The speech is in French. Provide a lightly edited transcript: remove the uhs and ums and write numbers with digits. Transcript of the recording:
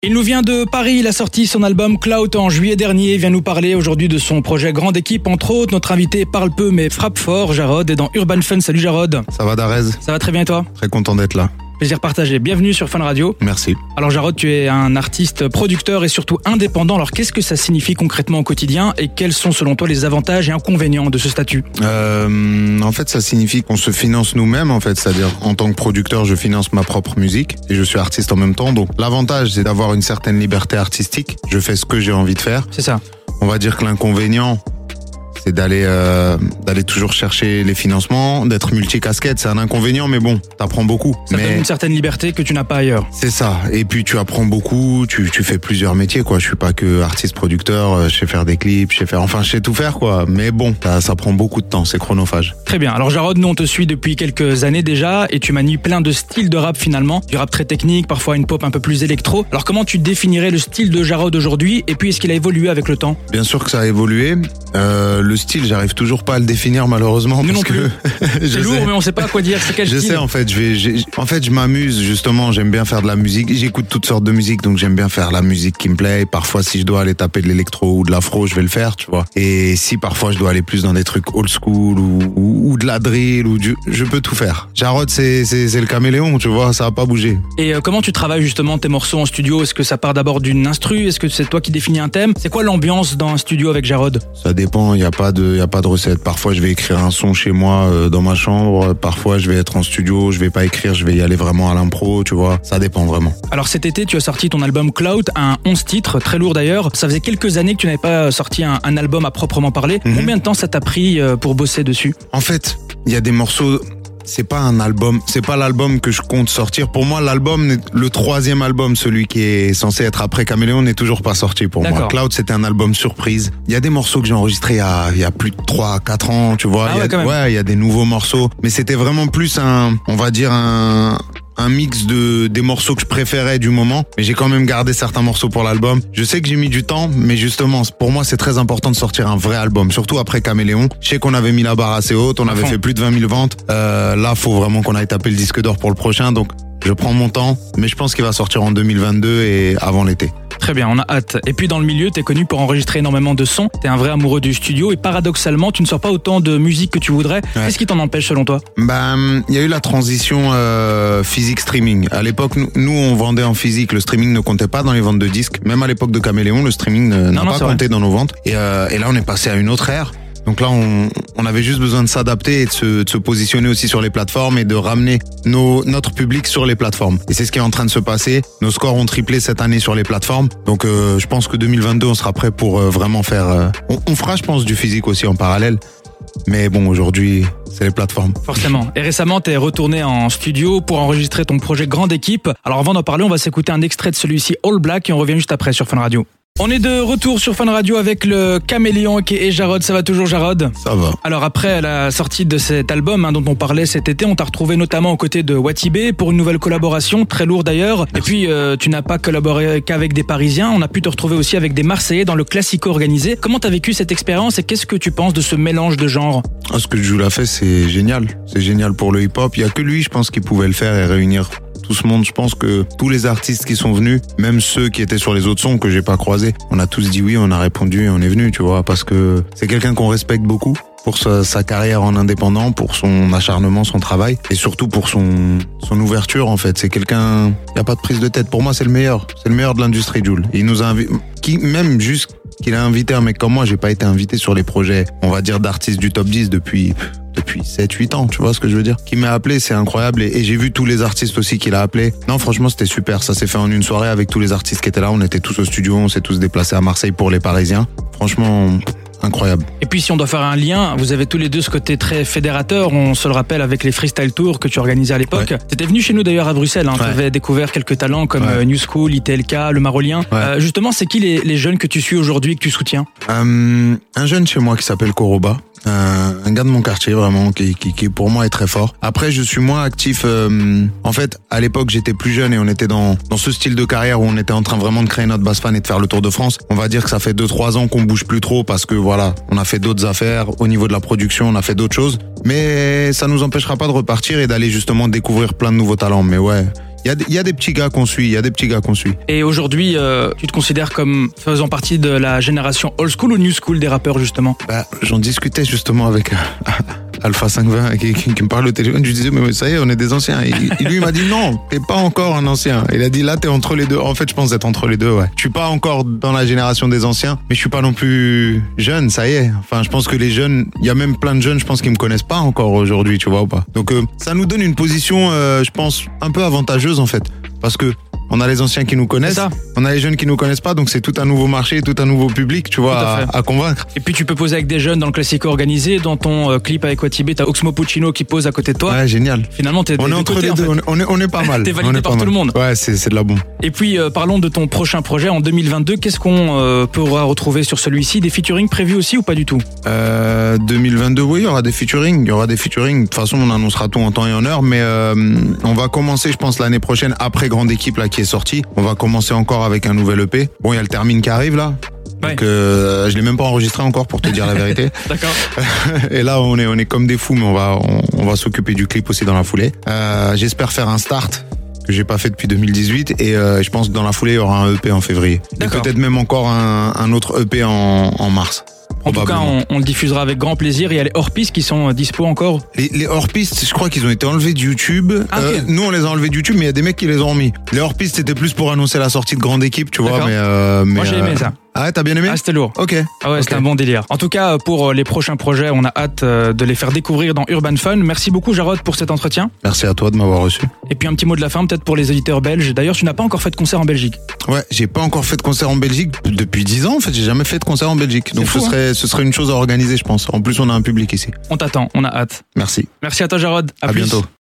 Il nous vient de Paris, il a sorti son album Clout en juillet dernier, il vient nous parler aujourd'hui de son projet Grande Équipe, entre autres. Notre invité parle peu mais frappe fort, Jarod est dans Urban Fun. Salut Jarod. Ça va Darez? Ça va très bien et toi? Très content d'être là. Plaisir partagé, bienvenue sur Fun Radio. Merci. Alors Jarod, tu es un artiste, producteur et surtout indépendant. Alors qu'est-ce que ça signifie concrètement au quotidien et quels sont selon toi les avantages et inconvénients de ce statut? En fait, ça signifie qu'on se finance nous-mêmes, en fait. C'est-à-dire, en tant que producteur, je finance ma propre musique et je suis artiste en même temps. Donc l'avantage, c'est d'avoir une certaine liberté artistique. Je fais ce que j'ai envie de faire. C'est ça. On va dire que l'inconvénient, c'est d'aller toujours chercher les financements, d'être multicasquette. C'est un inconvénient, mais bon, t'apprends beaucoup. Ça donne une certaine liberté que tu n'as pas ailleurs. C'est ça. Et puis tu apprends beaucoup, tu fais plusieurs métiers, quoi. Je suis pas que artiste producteur, je sais faire des clips, je sais tout faire, quoi. Mais bon, ça prend beaucoup de temps, c'est chronophage. Très bien. Alors Jarod, nous on te suit depuis quelques années déjà et tu manies plein de styles de rap finalement. Du rap très technique, parfois une pop un peu plus électro. Alors comment tu définirais le style de Jarod aujourd'hui et puis est-ce qu'il a évolué avec le temps? Bien sûr que ça a évolué. Le style, j'arrive toujours pas à le définir malheureusement. Nous parce non plus. Que c'est lourd, mais on sait pas quoi dire. C'est quel style? Je sais, en fait, je m'amuse justement. J'aime bien faire de la musique. J'écoute toutes sortes de musique, donc j'aime bien faire la musique qui me plaît. Parfois, si je dois aller taper de l'électro ou de l'afro, je vais le faire, tu vois. Et si parfois je dois aller plus dans des trucs old school ou de la drill je peux tout faire. Jarod, c'est le caméléon, tu vois. Ça va pas bouger. Et comment tu travailles justement tes morceaux en studio? Est-ce que ça part d'abord d'une instru? Est-ce que c'est toi qui définis un thème? C'est quoi l'ambiance dans un studio avec Jarod? Ça dépend. Il y a pas de recette. Parfois, je vais écrire un son chez moi dans ma chambre. Parfois, je vais être en studio. Je vais pas écrire. Je vais y aller vraiment à l'impro, tu vois. Ça dépend vraiment. Alors cet été, tu as sorti ton album Clout, un 11 titres, très lourd d'ailleurs. Ça faisait quelques années que tu n'avais pas sorti un album à proprement parler. Combien de temps ça t'a pris pour bosser dessus? En fait, il y a des morceaux. C'est pas un album, c'est pas l'album que je compte sortir. Pour moi, l'album, le troisième album, celui qui est censé être après Caméléon, n'est toujours pas sorti pour moi. Cloud, c'était un album surprise. Il y a des morceaux que j'ai enregistrés il y a plus de 3-4 ans, tu vois. Il y a des nouveaux morceaux. Mais c'était vraiment plus un mix des morceaux que je préférais du moment, mais j'ai quand même gardé certains morceaux pour l'album. Je sais que j'ai mis du temps, mais justement, pour moi, c'est très important de sortir un vrai album, surtout après Caméléon. Je sais qu'on avait mis la barre assez haute, on avait fait plus de 20 000 ventes. Là, faut vraiment qu'on aille taper le disque d'or pour le prochain, donc je prends mon temps, mais je pense qu'il va sortir en 2022 et avant l'été. Très bien, on a hâte. Et puis dans le milieu, t'es connu pour enregistrer énormément de sons. T'es un vrai amoureux du studio et paradoxalement, tu ne sors pas autant de musique que tu voudrais. Ouais. Qu'est-ce qui t'en empêche selon toi? Il y a eu la transition physique streaming. À l'époque, nous on vendait en physique. Le streaming ne comptait pas dans les ventes de disques. Même à l'époque de Caméléon, le streaming n'a pas compté dans nos ventes. Et là, on est passé à une autre ère. Donc là, on avait juste besoin de s'adapter et de se positionner aussi sur les plateformes et de ramener notre public sur les plateformes. Et c'est ce qui est en train de se passer. Nos scores ont triplé cette année sur les plateformes. Donc je pense que 2022, on sera prêt pour vraiment faire... On fera, je pense, du physique aussi en parallèle. Mais bon, aujourd'hui, c'est les plateformes. Forcément. Et récemment, t'es retourné en studio pour enregistrer ton projet Grande Équipe. Alors avant d'en parler, on va s'écouter un extrait de celui-ci, All Black, et on revient juste après sur Fun Radio. On est de retour sur Fun Radio avec le Caméléon qui est Jarod. Ça va toujours, Jarod? Ça va. Alors après la sortie de cet album dont on parlait cet été, on t'a retrouvé notamment aux côtés de Watibé pour une nouvelle collaboration, très lourde d'ailleurs. Merci. Et puis tu n'as pas collaboré qu'avec des Parisiens, on a pu te retrouver aussi avec des Marseillais dans le Classico organisé. Comment t'as vécu cette expérience et qu'est-ce que tu penses de ce mélange de genres? Ce que Jules a fait, c'est génial. C'est génial pour le hip-hop. Il y a que lui, je pense, qui pouvait le faire et réunir tout ce monde. Je pense que tous les artistes qui sont venus, même ceux qui étaient sur les autres sons que j'ai pas croisés, on a tous dit oui, on a répondu et on est venu, tu vois, parce que c'est quelqu'un qu'on respecte beaucoup pour sa carrière en indépendant, pour son acharnement, son travail et surtout pour son ouverture en fait. C'est quelqu'un, il y a pas de prise de tête. Pour moi, c'est le meilleur de l'industrie, Jules. Il nous a même juste qu'il a invité un mec comme moi, j'ai pas été invité sur les projets, on va dire, d'artistes du top 10 depuis 7-8 ans, tu vois ce que je veux dire? Qui m'a appelé, c'est incroyable, et j'ai vu tous les artistes aussi qu'il a appelé. Non, franchement, c'était super, ça s'est fait en une soirée avec tous les artistes qui étaient là, on était tous au studio, on s'est tous déplacés à Marseille pour les Parisiens. Franchement, incroyable. Et puis si on doit faire un lien, vous avez tous les deux ce côté très fédérateur, on se le rappelle avec les freestyle tours que tu organisais à l'époque. Ouais. T'étais venu chez nous d'ailleurs à Bruxelles, tu avais découvert quelques talents comme New School, ITLK, le Marolien. Justement, c'est qui les jeunes que tu suis aujourd'hui, que tu soutiens? Un jeune chez moi qui s'appelle Koroba. Un gars de mon quartier vraiment qui pour moi est très fort. Après je suis moins actif en fait à l'époque j'étais plus jeune et on était dans ce style de carrière où on était en train vraiment de créer notre base fan et de faire le tour de France. On va dire que ça fait 2-3 ans qu'on bouge plus trop parce que voilà, on a fait d'autres affaires au niveau de la production, on a fait d'autres choses, mais ça nous empêchera pas de repartir et d'aller justement découvrir plein de nouveaux talents. Mais ouais, Il y a des petits gars qu'on suit, Et aujourd'hui, tu te considères comme faisant partie de la génération old school ou new school des rappeurs, justement? J'en discutais justement avec Alpha 520 qui me parle au téléphone. Je lui disais, mais ça y est, on est des anciens. Et lui, il m'a dit, non, t'es pas encore un ancien. Il a dit, là, t'es entre les deux. En fait, je pense être entre les deux, ouais. Je suis pas encore dans la génération des anciens, mais je suis pas non plus jeune, ça y est. Enfin, je pense que les jeunes, il y a même plein de jeunes, je pense, qui me connaissent pas encore aujourd'hui, tu vois ou pas. Donc, ça nous donne une position, je pense, un peu avantageuse, en fait. Parce que on a les anciens qui nous connaissent, on a les jeunes qui nous connaissent pas, donc c'est tout un nouveau marché, tout un nouveau public, tu vois, à convaincre. Et puis tu peux poser avec des jeunes dans le classico organisé, dans ton clip avec Watibé, t'as Oxmo Puccino qui pose à côté de toi. Ouais, génial. Finalement, on est entre les deux, on est pas mal. T'es validé par tout le monde. Ouais, c'est de la bombe. Et puis parlons de ton prochain projet en 2022. Qu'est-ce qu'on pourra retrouver sur celui-ci? Des featuring prévus aussi ou pas du tout? 2022, oui, il y aura des featuring. De toute façon, on annoncera tout en temps et en heure, mais on va commencer, je pense, l'année prochaine, après Grande Équipe là qui est sortie. On va commencer encore avec un nouvel EP. Bon, il y a le Termine qui arrive là. Ouais. Donc je l'ai même pas enregistré encore pour te dire la vérité. D'accord. Et là on est comme des fous, mais on va s'occuper du clip aussi dans la foulée. J'espère faire un start que j'ai pas fait depuis 2018 et je pense que dans la foulée il y aura un EP en février. Et peut-être même encore un autre EP en mars. En tout cas, on le diffusera avec grand plaisir. Il y a les hors-pistes qui sont dispo encore. Les hors-pistes, je crois qu'ils ont été enlevés de YouTube. Okay. Nous, on les a enlevés de YouTube, mais il y a des mecs qui les ont remis. Les hors-pistes, c'était plus pour annoncer la sortie de Grande Équipe, tu vois. Mais moi, j'ai aimé ça. Ah ouais, t'as bien aimé? Ah, c'était lourd. Ok. Ah ouais, c'était un bon délire. En tout cas, pour les prochains projets, on a hâte de les faire découvrir dans Urban Fun. Merci beaucoup, Jarod, pour cet entretien. Merci à toi de m'avoir reçu. Et puis un petit mot de la fin, peut-être pour les auditeurs belges. D'ailleurs, tu n'as pas encore fait de concert en Belgique. Ouais, j'ai pas encore fait de concert en Belgique depuis 10 ans. En fait, j'ai jamais fait de concert en Belgique. Donc ce serait une chose à organiser, je pense. En plus, on a un public ici. On t'attend, on a hâte. Merci. Merci à toi, Jarod. À bientôt.